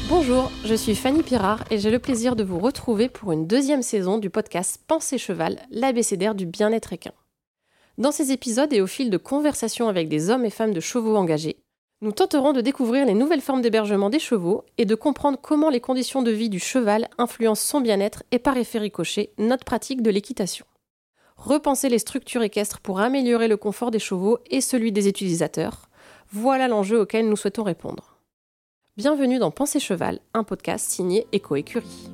Bonjour, je suis Fanny Pirard et j'ai le plaisir de vous retrouver pour une deuxième saison du podcast Pensée Cheval, l'abécédaire du bien-être équin. Dans ces épisodes et au fil de conversations avec des hommes et femmes de chevaux engagés, nous tenterons de découvrir les nouvelles formes d'hébergement des chevaux et de comprendre comment les conditions de vie du cheval influencent son bien-être et par effet ricochet notre pratique de l'équitation. Repenser les structures équestres pour améliorer le confort des chevaux et celui des utilisateurs, voilà l'enjeu auquel nous souhaitons répondre. Bienvenue dans Pensée Cheval, un podcast signé Éco-Écurie.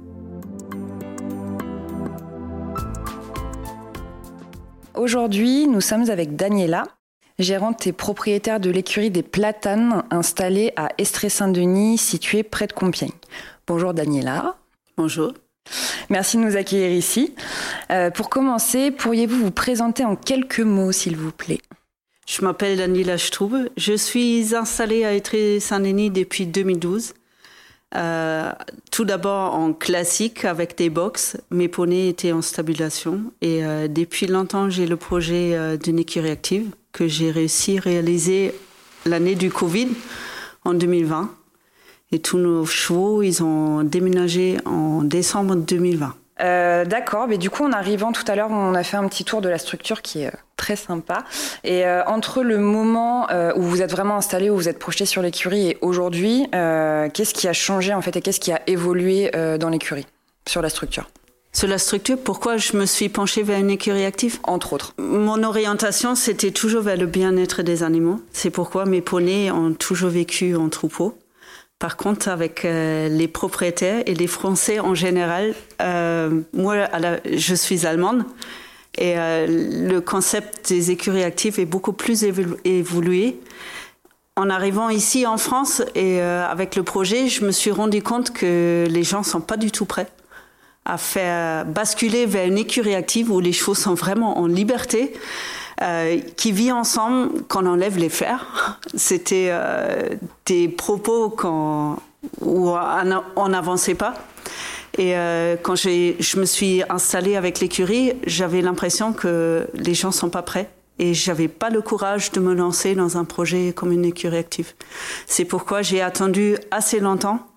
Aujourd'hui, nous sommes avec Daniela, gérante et propriétaire de l'écurie des Platanes installée à Estrée-Saint-Denis, située près de Compiègne. Bonjour Daniela. Bonjour. Merci de nous accueillir ici. Pour commencer, pourriez-vous vous présenter en quelques mots, s'il vous plaît ? Je m'appelle Daniela Strube. Je suis installée à Estrée-Saint-Denis depuis 2012. Tout d'abord en classique avec des box. Mes poneys étaient en stabulation. Et depuis longtemps, j'ai le projet d'une écurie active que j'ai réussi à réaliser l'année du Covid en 2020. Et tous nos chevaux, ils ont déménagé en décembre 2020. D'accord, mais du coup en arrivant tout à l'heure, on a fait un petit tour de la structure qui est très sympa. Et entre le moment où vous êtes vraiment installé, où vous êtes projeté sur l'écurie et aujourd'hui, qu'est-ce qui a changé en fait et qu'est-ce qui a évolué dans l'écurie, sur la structure ? Sur la structure, pourquoi je me suis penchée vers une écurie active ? Entre autres. Mon orientation, c'était toujours vers le bien-être des animaux. C'est pourquoi mes poneys ont toujours vécu en troupeau. Par contre, avec les propriétaires et les Français en général, moi, je suis allemande et le concept des écuries actives est beaucoup plus évolué. En arrivant ici en France et avec le projet, je me suis rendu compte que les gens sont pas du tout prêts à faire basculer vers une écurie active où les chevaux sont vraiment en liberté. Qui vit ensemble quand on enlève les fers. C'était des propos où on n'avançait pas. Et quand je me suis installée avec l'écurie, j'avais l'impression que les gens ne sont pas prêts. Et je n'avais pas le courage de me lancer dans un projet comme une écurie active. C'est pourquoi j'ai attendu assez longtemps.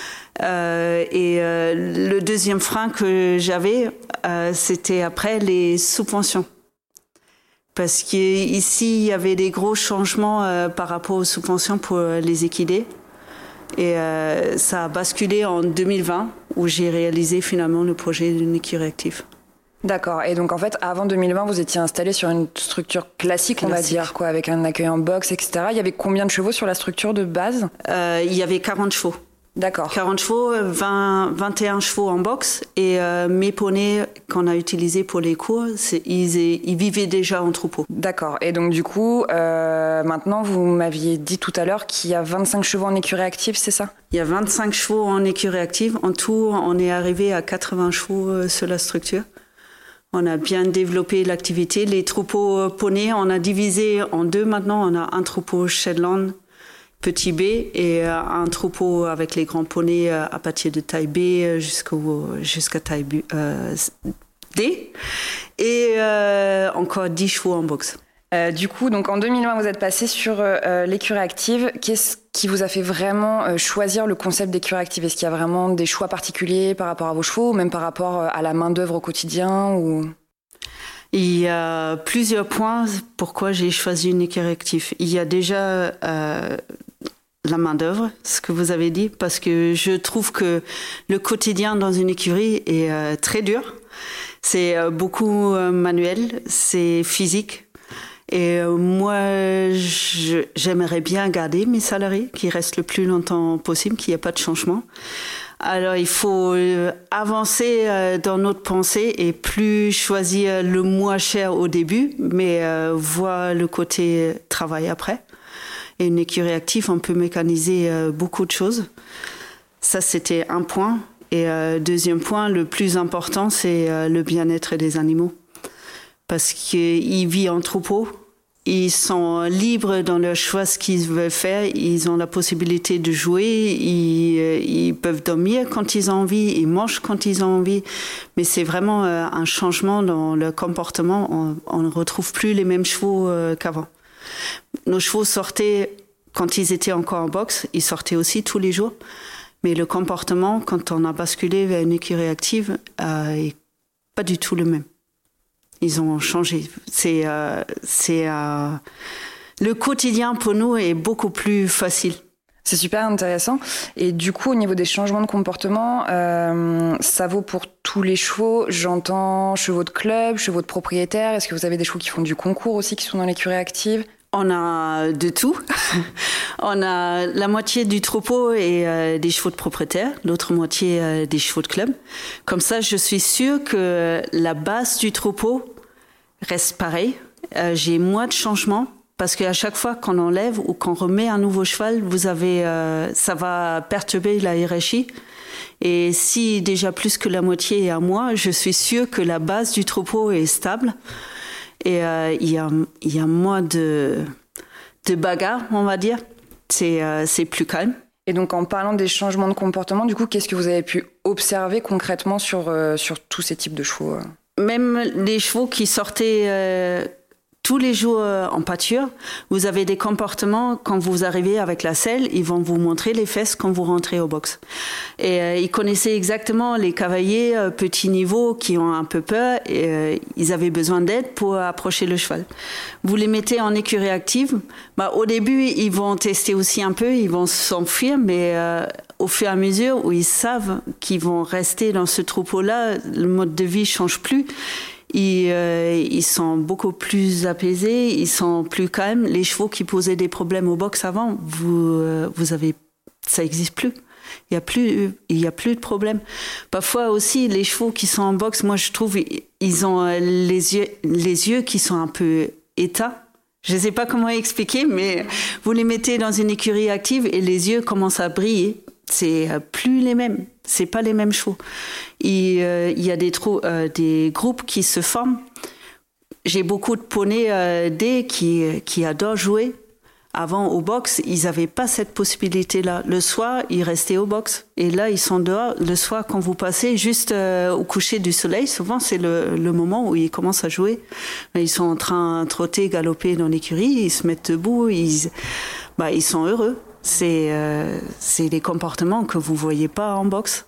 Le deuxième frein que j'avais, c'était après les subventions. Parce qu'ici, il y avait des gros changements par rapport aux subventions pour les équidés. Et ça a basculé en 2020, où j'ai réalisé finalement le projet d'une écurie active. D'accord. Et donc, en fait, avant 2020, vous étiez installé sur une structure classique, on va dire, quoi, avec un accueil en box, etc. Il y avait combien de chevaux sur la structure de base ? Il y avait 40 chevaux. D'accord. 40 chevaux, 21 chevaux en box. Et mes poneys qu'on a utilisés pour les cours, ils vivaient déjà en troupeau. D'accord. Et donc, du coup, maintenant, vous m'aviez dit tout à l'heure qu'il y a 25 chevaux en écurie active, c'est ça ? Il y a 25 chevaux en écurie active. En tout, on est arrivé à 80 chevaux sur la structure. On a bien développé l'activité. Les troupeaux poneys, on a divisé en deux maintenant. On a un troupeau Shetland petit B et un troupeau avec les grands poneys à partir de taille B jusqu'à taille D et encore 10 chevaux en boxe. Du coup, donc en 2020, vous êtes passé sur l'écurie active. Qu'est-ce qui vous a fait vraiment choisir le concept d'écurie active ? Est-ce qu'il y a vraiment des choix particuliers par rapport à vos chevaux, ou même par rapport à la main-d'œuvre au quotidien ou... Il y a plusieurs points pourquoi j'ai choisi une écurie active. Il y a déjà la main-d'œuvre, ce que vous avez dit, parce que je trouve que le quotidien dans une écurie est très dur. C'est beaucoup manuel, c'est physique. Et moi, j'aimerais bien garder mes salariés, qui restent le plus longtemps possible, qu'il n'y ait pas de changement. Alors, il faut avancer dans notre pensée et plus choisir le moins cher au début, mais voir le côté travail après. Et une écurie active, on peut mécaniser beaucoup de choses. Ça, c'était un point. Et deuxième point, le plus important, c'est le bien-être des animaux. Parce qu'ils vivent en troupeau. Ils sont libres dans leur choix, ce qu'ils veulent faire. Ils ont la possibilité de jouer. Ils peuvent dormir quand ils ont envie. Ils mangent quand ils ont envie. Mais c'est vraiment un changement dans leur comportement. On ne retrouve plus les mêmes chevaux qu'avant. Nos chevaux sortaient, quand ils étaient encore en boxe, ils sortaient aussi tous les jours. Mais le comportement, quand on a basculé vers une écurie active, est pas du tout le même. Ils ont changé. Le quotidien pour nous est beaucoup plus facile. C'est super intéressant. Et du coup, au niveau des changements de comportement, ça vaut pour tous les chevaux. J'entends chevaux de club, chevaux de propriétaires. Est-ce que vous avez des chevaux qui font du concours aussi, qui sont dans l'écurie active ? On a de tout. On a la moitié du troupeau et des chevaux de propriétaires, l'autre moitié des chevaux de club. Comme ça, je suis sûre que la base du troupeau reste pareille. J'ai moins de changements. Parce qu'à chaque fois qu'on enlève ou qu'on remet un nouveau cheval, ça va perturber la hiérarchie. Et si déjà plus que la moitié est à moi, je suis sûre que la base du troupeau est stable. Et il y a moins de bagarres, on va dire. C'est plus calme. Et donc, en parlant des changements de comportement, du coup, qu'est-ce que vous avez pu observer concrètement sur tous ces types de chevaux ? Même les chevaux qui sortaient tous les jours en pâture, vous avez des comportements, quand vous arrivez avec la selle, ils vont vous montrer les fesses quand vous rentrez au box. Et ils connaissaient exactement les cavaliers petits niveaux qui ont un peu peur et ils avaient besoin d'aide pour approcher le cheval. Vous les mettez en écurie active, au début, ils vont tester aussi un peu, ils vont s'enfuir, mais au fur et à mesure où ils savent qu'ils vont rester dans ce troupeau-là, le mode de vie change plus. Ils sont beaucoup plus apaisés, ils sont plus calmes. Les chevaux qui posaient des problèmes au box avant, ça n'existe plus. Il y a plus de problème. Parfois aussi, les chevaux qui sont en box, moi je trouve, ils ont les yeux qui sont un peu éteints. Je ne sais pas comment expliquer, mais vous les mettez dans une écurie active et les yeux commencent à briller. C'est plus les mêmes. C'est pas les mêmes chevaux. Il y a des groupes qui se forment. J'ai beaucoup de poneys qui adorent jouer. Avant, au box, ils n'avaient pas cette possibilité-là. Le soir, ils restaient au box. Et là, ils sont dehors. Le soir, quand vous passez, juste au coucher du soleil, souvent, c'est le moment où ils commencent à jouer. Ils sont en train de trotter, galoper dans l'écurie. Ils se mettent debout. Ils sont heureux. C'est des comportements que vous voyez pas en boxe.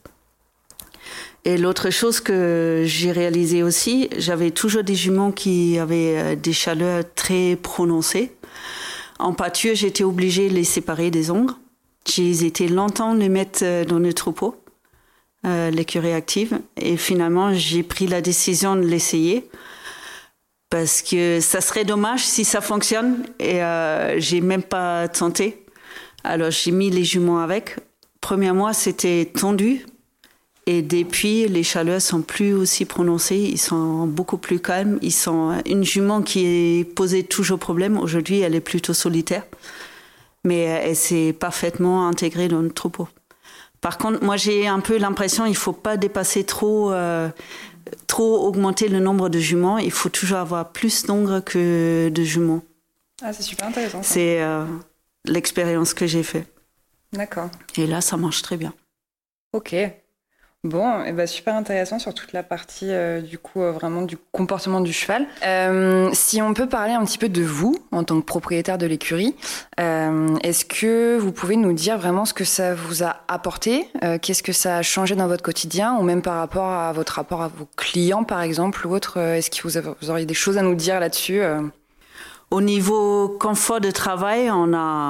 Et l'autre chose que j'ai réalisé aussi, j'avais toujours des juments qui avaient des chaleurs très prononcées. En pâture, j'étais obligée de les séparer des ongles. J'ai hésité longtemps de les mettre dans le troupeau, l'écurie active. Et finalement, j'ai pris la décision de l'essayer. Parce que ça serait dommage si ça fonctionne. Et j'ai même pas tenté. Alors, j'ai mis les juments avec. Premier mois, c'était tendu. Et depuis, les chaleurs sont plus aussi prononcées. Ils sont beaucoup plus calmes. Une jument qui est posée toujours problème, aujourd'hui, elle est plutôt solitaire. Mais elle s'est parfaitement intégrée dans le troupeau. Par contre, moi, j'ai un peu l'impression qu'il ne faut pas dépasser trop augmenter le nombre de juments. Il faut toujours avoir plus d'ongles que de juments. Ah, c'est super intéressant. Ça. C'est l'expérience que j'ai faite. D'accord. Et là, ça marche très bien. Ok. Bon, super intéressant sur toute la partie vraiment du comportement du cheval. Si on peut parler un petit peu de vous en tant que propriétaire de l'écurie, est-ce que vous pouvez nous dire vraiment ce que ça vous a apporté, qu'est-ce que ça a changé dans votre quotidien ou même par rapport à votre rapport à vos clients par exemple ou autre, est-ce que vous auriez des choses à nous dire là-dessus Au niveau confort de travail, on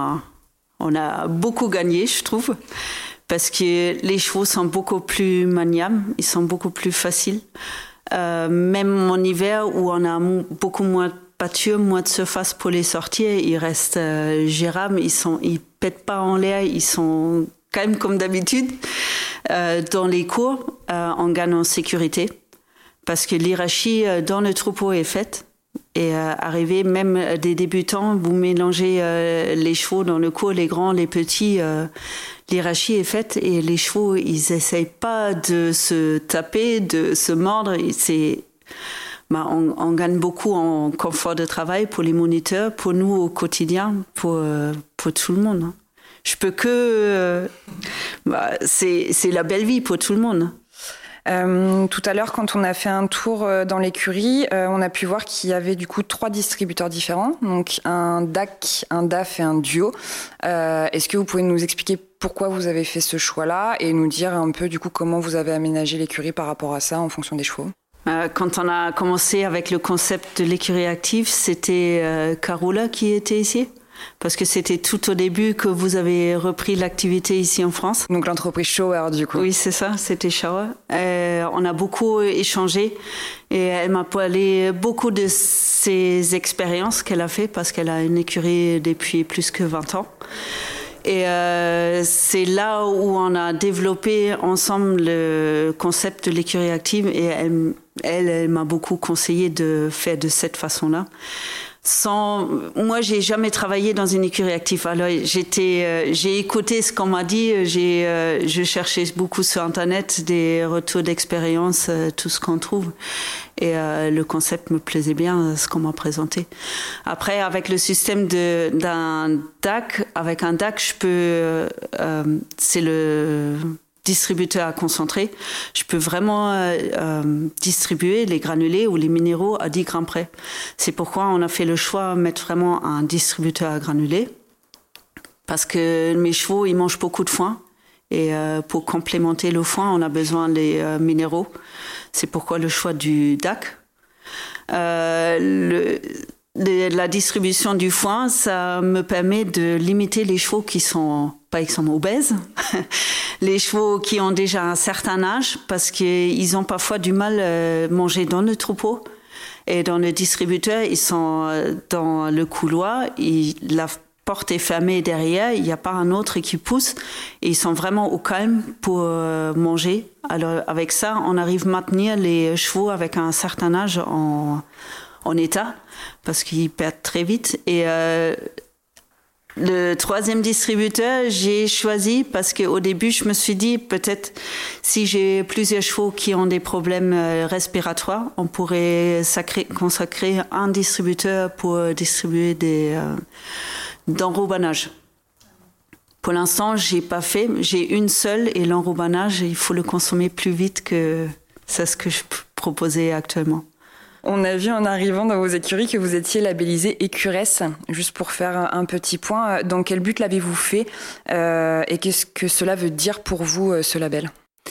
a beaucoup gagné, je trouve. Parce que les chevaux sont beaucoup plus maniables, ils sont beaucoup plus faciles. Même en hiver où on a beaucoup moins de pâture, moins de surface pour les sortir, ils restent gérables, ils pètent pas en l'air, ils sont quand même comme d'habitude. Dans les cours, on gagne en sécurité parce que l'hierarchie dans le troupeau est faite. Et arriver même des débutants, vous mélangez les chevaux dans le cours, les grands, les petits, l'hierarchie est faite et les chevaux, ils essayent pas de se taper, de se mordre. On gagne beaucoup en confort de travail pour les moniteurs, pour nous au quotidien, pour tout le monde. Je peux que... c'est la belle vie pour tout le monde. Tout à l'heure, quand on a fait un tour dans l'écurie, on a pu voir qu'il y avait du coup 3 distributeurs différents, donc un DAC, un DAF et un duo. Est-ce que vous pouvez nous expliquer pourquoi vous avez fait ce choix-là et nous dire un peu du coup comment vous avez aménagé l'écurie par rapport à ça en fonction des chevaux. Quand on a commencé avec le concept de l'écurie active, c'était Carola qui était ici. Parce que c'était tout au début que vous avez repris l'activité ici en France. Donc l'entreprise Shower du coup. Oui, c'est ça, c'était Shower. On a beaucoup échangé et elle m'a parlé beaucoup de ses expériences qu'elle a fait parce qu'elle a une écurie depuis plus que 20 ans. Et c'est là où on a développé ensemble le concept de l'écurie active et elle m'a beaucoup conseillé de faire de cette façon-là. Moi, j'ai jamais travaillé dans une écurie active. Alors, j'ai écouté ce qu'on m'a dit. Je cherchais beaucoup sur Internet des retours d'expérience, tout ce qu'on trouve. Et le concept me plaisait bien, ce qu'on m'a présenté. Après, avec le système d'un DAC, avec un DAC, je peux, c'est le distributeur à concentrer, je peux vraiment distribuer les granulés ou les minéraux à 10 grammes près. C'est pourquoi on a fait le choix de mettre vraiment un distributeur à granulés, parce que mes chevaux, ils mangent beaucoup de foin, et pour complémenter le foin, on a besoin des minéraux. C'est pourquoi le choix du DAC. La distribution du foin, ça me permet de limiter les chevaux qui sont, par exemple, obèses, les chevaux qui ont déjà un certain âge, parce qu'ils ont parfois du mal à manger dans le troupeau. Et dans le distributeur, ils sont dans le couloir, la porte est fermée derrière, il n'y a pas un autre qui pousse, et ils sont vraiment au calme pour manger. Alors avec ça, on arrive à maintenir les chevaux avec un certain âge en état, parce qu'ils perdent très vite. Et le troisième distributeur, j'ai choisi parce qu'au début, je me suis dit, peut-être si j'ai plusieurs chevaux qui ont des problèmes respiratoires, on pourrait consacrer un distributeur pour distribuer d'enrobannage. Pour l'instant, j'ai pas fait. J'ai une seule et l'enrobannage, il faut le consommer plus vite que c'est ce que je proposais actuellement. On a vu en arrivant dans vos écuries que vous étiez labellisé Écuresse. Juste pour faire un petit point, dans quel but l'avez-vous fait et qu'est-ce que cela veut dire pour vous, ce label ?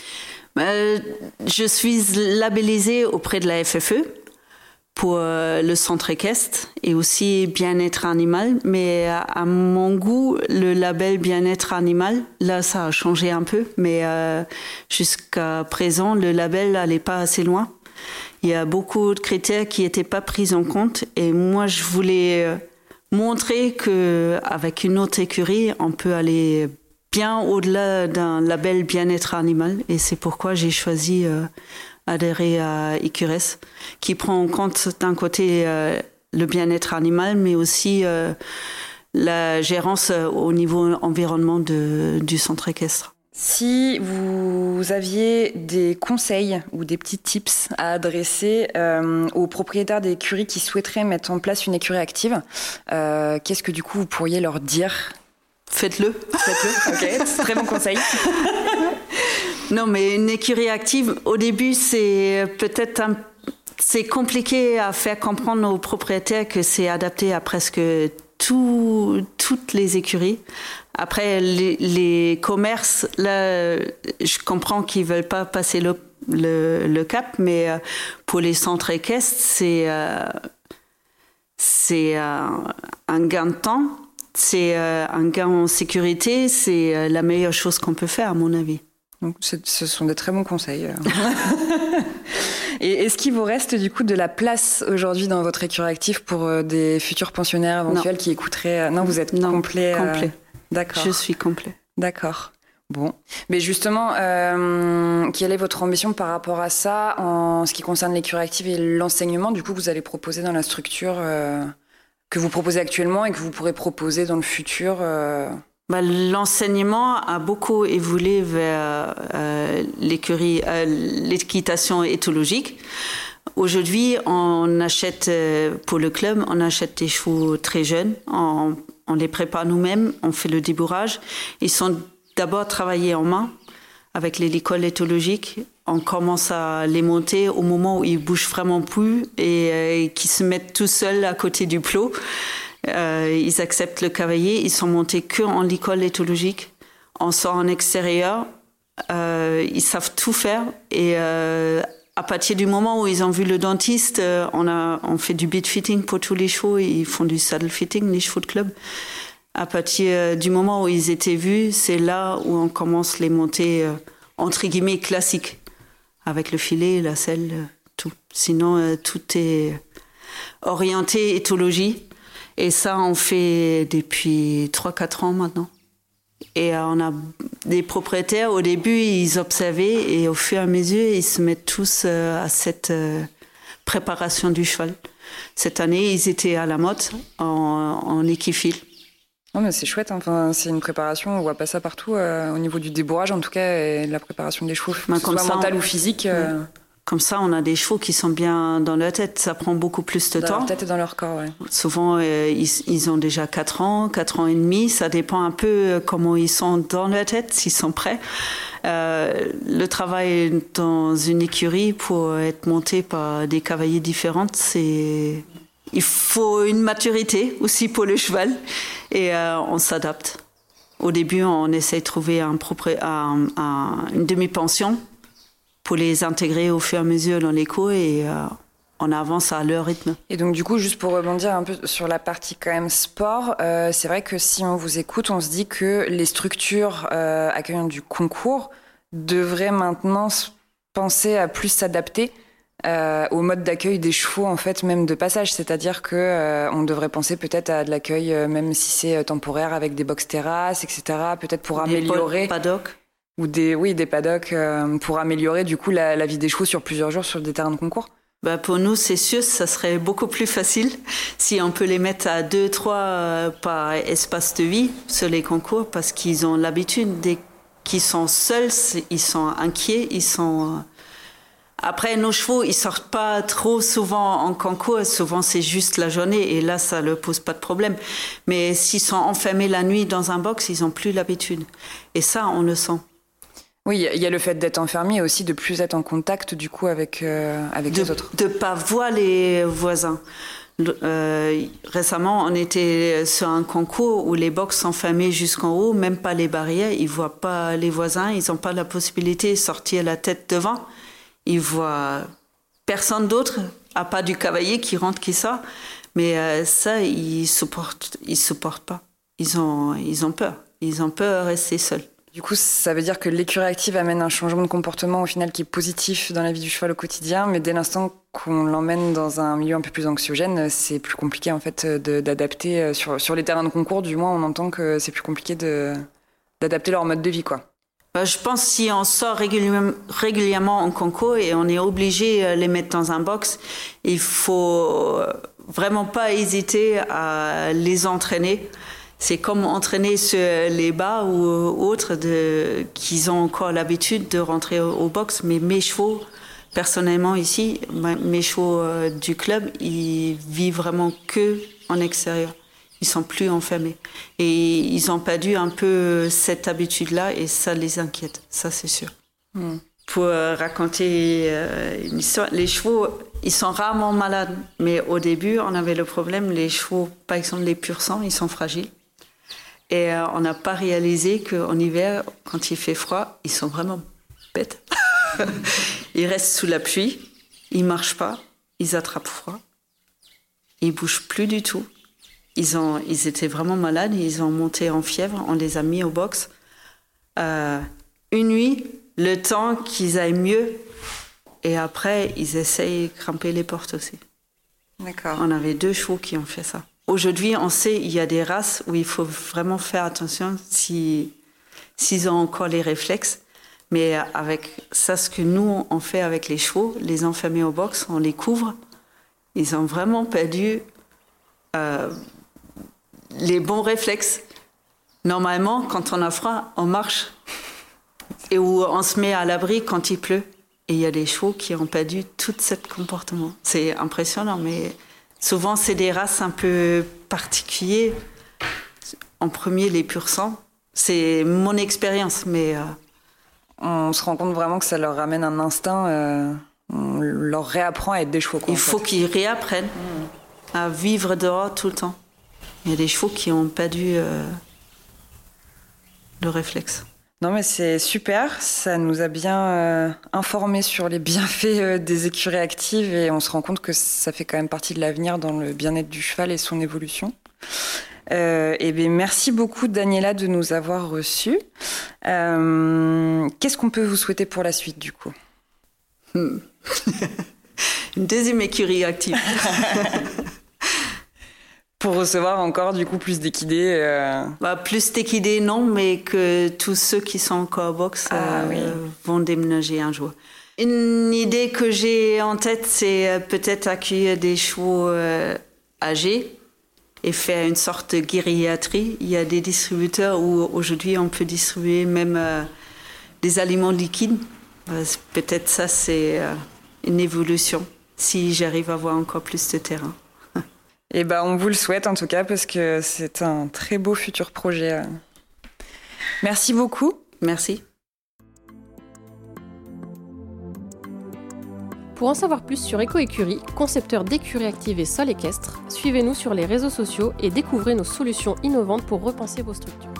Je suis labellisée auprès de la FFE pour le centre équestre et aussi bien-être animal. Mais à mon goût, le label bien-être animal, là, ça a changé un peu. Mais jusqu'à présent, le label n'allait pas assez loin. Il y a beaucoup de critères qui n'étaient pas pris en compte. Et moi, je voulais montrer qu'avec une autre écurie, on peut aller bien au-delà d'un label bien-être animal. Et c'est pourquoi j'ai choisi adhérer à Écuresse, qui prend en compte d'un côté le bien-être animal, mais aussi la gérance au niveau environnement du centre équestre. Si vous aviez des conseils ou des petits tips à adresser aux propriétaires d'écuries qui souhaiteraient mettre en place une écurie active, qu'est-ce que du coup vous pourriez leur dire ? Faites-le. Faites-le, ok, c'est très bon conseil. Non, mais une écurie active, au début, c'est peut-être c'est compliqué à faire comprendre aux propriétaires que c'est adapté à presque toutes les écuries. Après, les commerces, là, je comprends qu'ils ne veulent pas passer le cap, mais pour les centres équestres, c'est un gain de temps, c'est un gain en sécurité, c'est la meilleure chose qu'on peut faire, à mon avis. Donc, ce sont des très bons conseils. Et est-ce qu'il vous reste du coup de la place aujourd'hui dans votre écurie active pour des futurs pensionnaires éventuels qui écouteraient ? Non, vous êtes complet. Complet. D'accord. Je suis complet. D'accord. Bon. Mais justement, quelle est votre ambition par rapport à ça en ce qui concerne l'écurie active et l'enseignement du coup que vous allez proposer dans la structure que vous proposez actuellement et que vous pourrez proposer dans le futur L'enseignement a beaucoup évolué vers l'équitation éthologique. Aujourd'hui, on achète, pour le club, on achète des chevaux très jeunes. On les prépare nous-mêmes, on fait le débourrage. Ils sont d'abord travaillés en main avec l'école éthologique. On commence à les monter au moment où ils bougent vraiment plus et qui se mettent tout seuls à côté du plot. Ils acceptent le cavalier, ils sont montés que en l'école éthologique. On sort en extérieur, ils savent tout faire. Et à partir du moment où ils ont vu le dentiste, on fait du bead fitting pour tous les chevaux. Ils font du saddle fitting, les chevaux de club. À partir du moment où ils étaient vus, c'est là où on commence les montées, entre guillemets, classiques. Avec le filet, la selle, tout. Sinon, tout est orienté éthologie. Et ça, on fait depuis 3-4 ans maintenant. Et on a des propriétaires, au début, ils observaient et au fur et à mesure, ils se mettent tous à cette préparation du cheval. Cette année, ils étaient à la mode en équifile. Non, mais c'est chouette, hein. Enfin, c'est une préparation, on voit pas ça partout, au niveau du débourrage en tout cas, et de la préparation des chevaux, que ce soit mental ou physique. Comme ça, on a des chevaux qui sont bien dans leur tête. Ça prend beaucoup plus de temps. Dans leur tête et dans leur corps, ouais. Souvent, ils ont déjà 4 ans et demi. Ça dépend un peu comment ils sont dans leur tête, s'ils sont prêts. Le travail dans une écurie pour être monté par des cavaliers différents, il faut une maturité aussi pour le cheval. Et on s'adapte. Au début, on essaie de trouver une demi-pension pour les intégrer au fur et à mesure dans les cours et on avance à leur rythme. Et donc du coup, juste pour rebondir un peu sur la partie quand même sport, c'est vrai que si on vous écoute, on se dit que les structures accueillant du concours devraient maintenant penser à plus s'adapter au mode d'accueil des chevaux, en fait, même de passage. C'est-à-dire que on devrait penser peut-être à de l'accueil, même si c'est temporaire, avec des box-terrasses, etc., peut-être pour améliorer... Des paddocks. Ou des paddocks pour améliorer du coup la vie des chevaux sur plusieurs jours sur des terrains de concours. Pour nous, c'est sûr, ça serait beaucoup plus facile si on peut les mettre à 2-3 par espace de vie sur les concours parce qu'ils ont l'habitude, dès qu'ils sont seuls, ils sont inquiets, Après, nos chevaux, ils sortent pas trop souvent en concours. Souvent, c'est juste la journée et là, ça leur pose pas de problème. Mais s'ils sont enfermés la nuit dans un box, ils ont plus l'habitude. Et ça, on le sent. Oui, il y a le fait d'être enfermé et aussi de plus être en contact du coup avec les autres. De pas voir les voisins. Récemment, on était sur un concours où les box sont fermés jusqu'en haut, même pas les barrières. Ils voient pas les voisins, ils ont pas la possibilité de sortir la tête devant. Ils voient personne d'autre, à part du cavalier qui rentre, qui sort. Mais ça, ils supportent pas. Ils ont peur. Ils ont peur de rester seuls. Du coup, ça veut dire que l'écurie active amène un changement de comportement au final qui est positif dans la vie du cheval au quotidien, mais dès l'instant qu'on l'emmène dans un milieu un peu plus anxiogène, c'est plus compliqué en fait d'adapter sur les terrains de concours. Du moins, on entend que c'est plus compliqué d'adapter leur mode de vie, quoi. Je pense que si on sort régulièrement en concours et on est obligé de les mettre dans un box, il faut vraiment pas hésiter à les entraîner. C'est comme entraîner sur les bas ou autres qu'ils ont encore l'habitude de rentrer au box. Mais mes chevaux, personnellement ici, mes chevaux du club, ils vivent vraiment que en extérieur. Ils sont plus enfermés. Et ils ont perdu un peu cette habitude-là et ça les inquiète. Ça, c'est sûr. Pour raconter une histoire, les chevaux, ils sont rarement malades. Mais au début, on avait le problème, les chevaux, par exemple les pur sang, ils sont fragiles. Et on n'a pas réalisé qu'en hiver, quand il fait froid, ils sont vraiment bêtes. Ils restent sous la pluie, ils ne marchent pas, ils attrapent froid, ils ne bougent plus du tout. Ils étaient vraiment malades, ils ont monté en fièvre, on les a mis au box. Une nuit, le temps qu'ils aillent mieux, et après, ils essayent de grimper les portes aussi. D'accord. On avait 2 chevaux qui ont fait ça. Aujourd'hui, on sait qu'il y a des races où il faut vraiment faire attention s'ils ont encore les réflexes. Mais avec ça, ce que nous, on fait avec les chevaux, les enfermer au box, on les couvre. Ils ont vraiment perdu les bons réflexes. Normalement, quand on a froid, on marche. Et où on se met à l'abri quand il pleut. Et il y a des chevaux qui ont perdu tout ce comportement. C'est impressionnant, mais... Souvent, c'est des races un peu particulières. En premier, les pur sang. C'est mon expérience, mais... On se rend compte vraiment que ça leur ramène un instinct. On leur réapprend à être des chevaux. Il faut qu'ils réapprennent à vivre dehors tout le temps. Il y a des chevaux qui ont perdu le réflexe. Non, mais c'est super. Ça nous a bien informés sur les bienfaits des écuries actives et on se rend compte que ça fait quand même partie de l'avenir dans le bien-être du cheval et son évolution. Et bien, merci beaucoup, Daniela, de nous avoir reçus. Qu'est-ce qu'on peut vous souhaiter pour la suite, du coup ? Une deuxième écurie active. Pour recevoir encore, du coup, plus d'équidés Plus d'équidés, non, mais que tous ceux qui sont encore box vont déménager un jour. Une idée que j'ai en tête, c'est peut-être accueillir des chevaux âgés et faire une sorte de guériatrie. Il y a des distributeurs où aujourd'hui on peut distribuer même des aliments liquides. Peut-être ça, c'est une évolution, si j'arrive à avoir encore plus de terrain. Et on vous le souhaite en tout cas, parce que c'est un très beau futur projet. Merci beaucoup. Merci. Pour en savoir plus sur Eco-Écurie, concepteur d'écuries actives et sol équestre, suivez-nous sur les réseaux sociaux et découvrez nos solutions innovantes pour repenser vos structures.